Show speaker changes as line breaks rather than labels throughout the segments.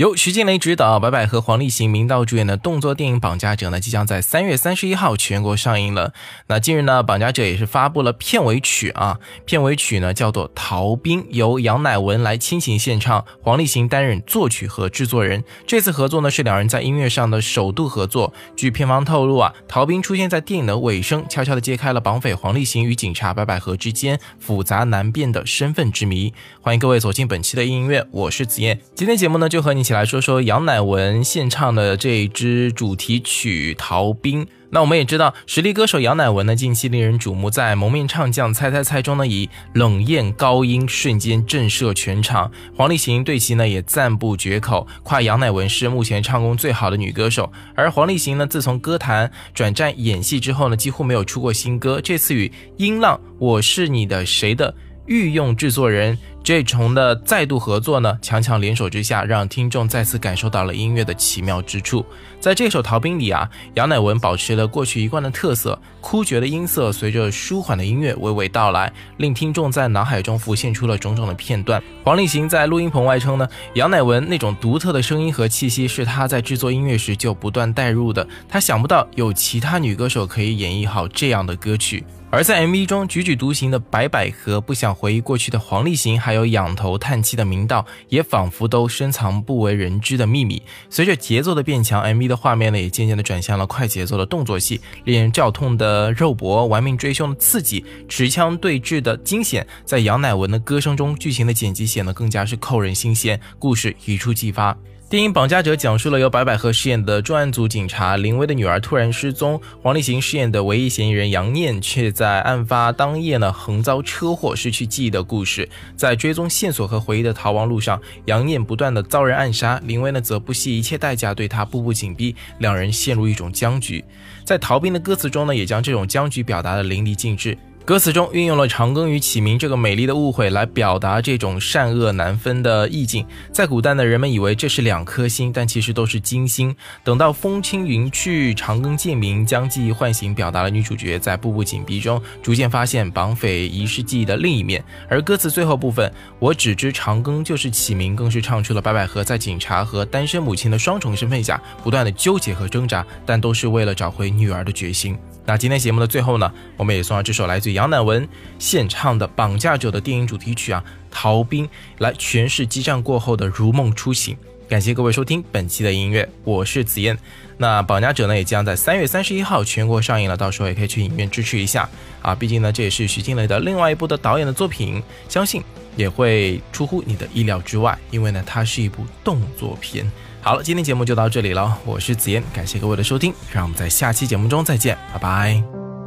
由徐静蕾执导，白百合、黄立行、明道主演的动作电影《绑架者》呢，即将在3月31号全国上映了。那近日呢，《绑架者》也是发布了片尾曲啊，片尾曲呢叫做《逃兵》，由杨乃文来倾情献唱，黄立行担任作曲和制作人。这次合作呢是两人在音乐上的首度合作。据片方透露啊，《逃兵》出现在电影的尾声，悄悄地揭开了绑匪黄立行与警察白百合之间复杂难辨的身份之谜。欢迎各位走进本期的音乐，我是子燕。今天节目呢就和你一起来说说杨乃文献唱的这一支主题曲《逃兵》。那我们也知道，实力歌手杨乃文呢近期令人瞩目，在蒙面唱将猜猜猜中呢以冷艳高音瞬间震慑全场。黄立行对其呢也赞不绝口，夸杨乃文是目前唱功最好的女歌手。而黄立行呢自从歌坛转战演戏之后呢几乎没有出过新歌，这次与音浪我是你的谁的御用制作人这重的再度合作呢，强强联手之下，让听众再次感受到了音乐的奇妙之处。在这首《逃兵》里啊，杨乃文保持了过去一贯的特色，酷绝的音色随着舒缓的音乐娓娓道来，令听众在脑海中浮现出了种种的片段。黄立行在录音棚外称呢，杨乃文那种独特的声音和气息是他在制作音乐时就不断带入的，他想不到有其他女歌手可以演绎好这样的歌曲。而在 MV 中踽踽独行的白百合，不想回忆过去的黄立行，还有仰头叹气的明道，也仿佛都深藏不为人知的秘密。随着节奏的变强， MV 的画面呢也渐渐的转向了快节奏的动作戏，令人绞痛的肉搏，玩命追凶的刺激，持枪对峙的惊险，在杨乃文的歌声中，剧情的剪辑显得更加是扣人心弦，故事一触即发。电影《绑架者》讲述了由白百合饰演的专案组警察林薇的女儿突然失踪，黄立行饰演的唯一嫌疑人杨念却在案发当夜呢横遭车祸失去记忆的故事。在追踪线索和回忆的逃亡路上，杨念不断的遭人暗杀，林薇呢则不惜一切代价对他步步紧逼，两人陷入一种僵局。在《逃兵》的歌词中呢，也将这种僵局表达得淋漓尽致。歌词中运用了长庚与启明这个美丽的误会来表达这种善恶难分的意境。在古代呢，人们以为这是两颗星，但其实都是金星。等到风轻云去，长庚渐明，将记忆唤醒，表达了女主角在步步紧逼中逐渐发现绑匪遗失记忆的另一面。而歌词最后部分，我只知长庚就是启明，更是唱出了白百合在警察和单身母亲的双重身份下不断的纠结和挣扎，但都是为了找回女儿的决心。那今天节目的最后呢，我们也送上这首来自杨乃文献唱的《绑架者》的电影主题曲啊，《逃兵》，来诠释激战过后的如梦初醒。感谢各位收听本期的音乐，我是子燕。那《绑架者》呢也将在3月31号全国上映了，到时候也可以去影院支持一下啊！毕竟呢，这也是徐静蕾的另外一部的导演的作品，相信也会出乎你的意料之外，因为呢，它是一部动作片。好了，今天节目就到这里了，我是子燕，感谢各位的收听，让我们在下期节目中再见，拜拜。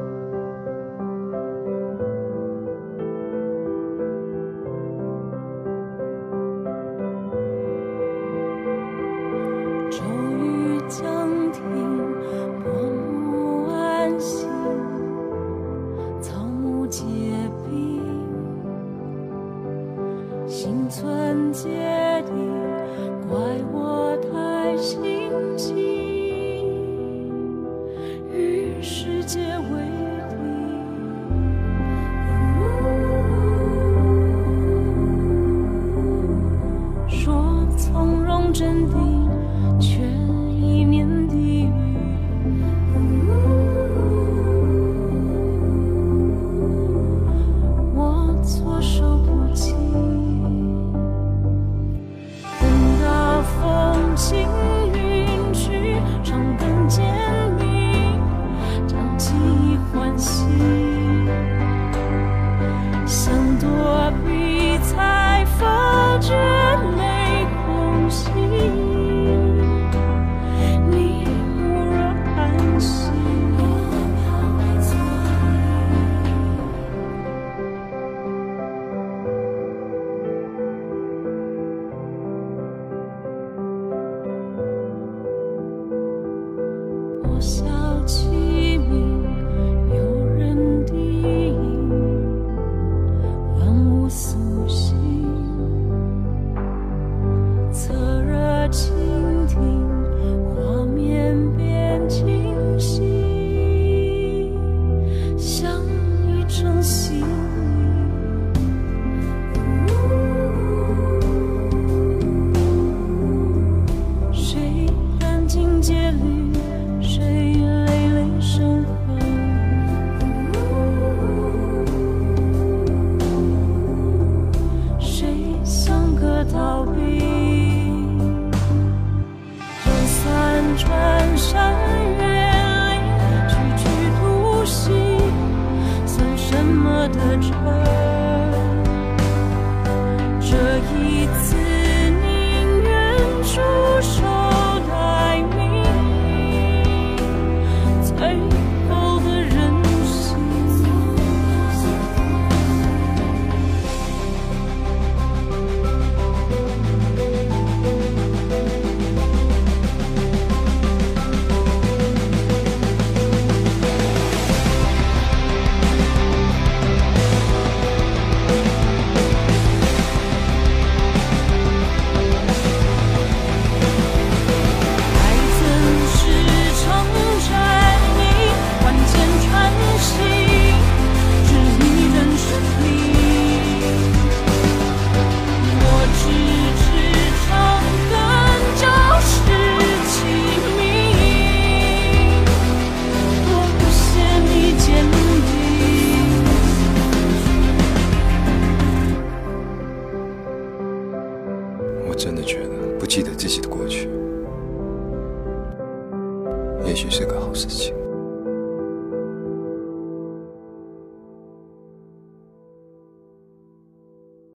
骤雨将停，薄暮安心，草木皆兵，心存芥蒂，怪我太心急，与世界为敌。说从容镇定，却一念地狱。我措手不及，等到风轻云去，长更渐明，将记忆唤醒。想躲避，才发觉泪空袭。
许是个好事情。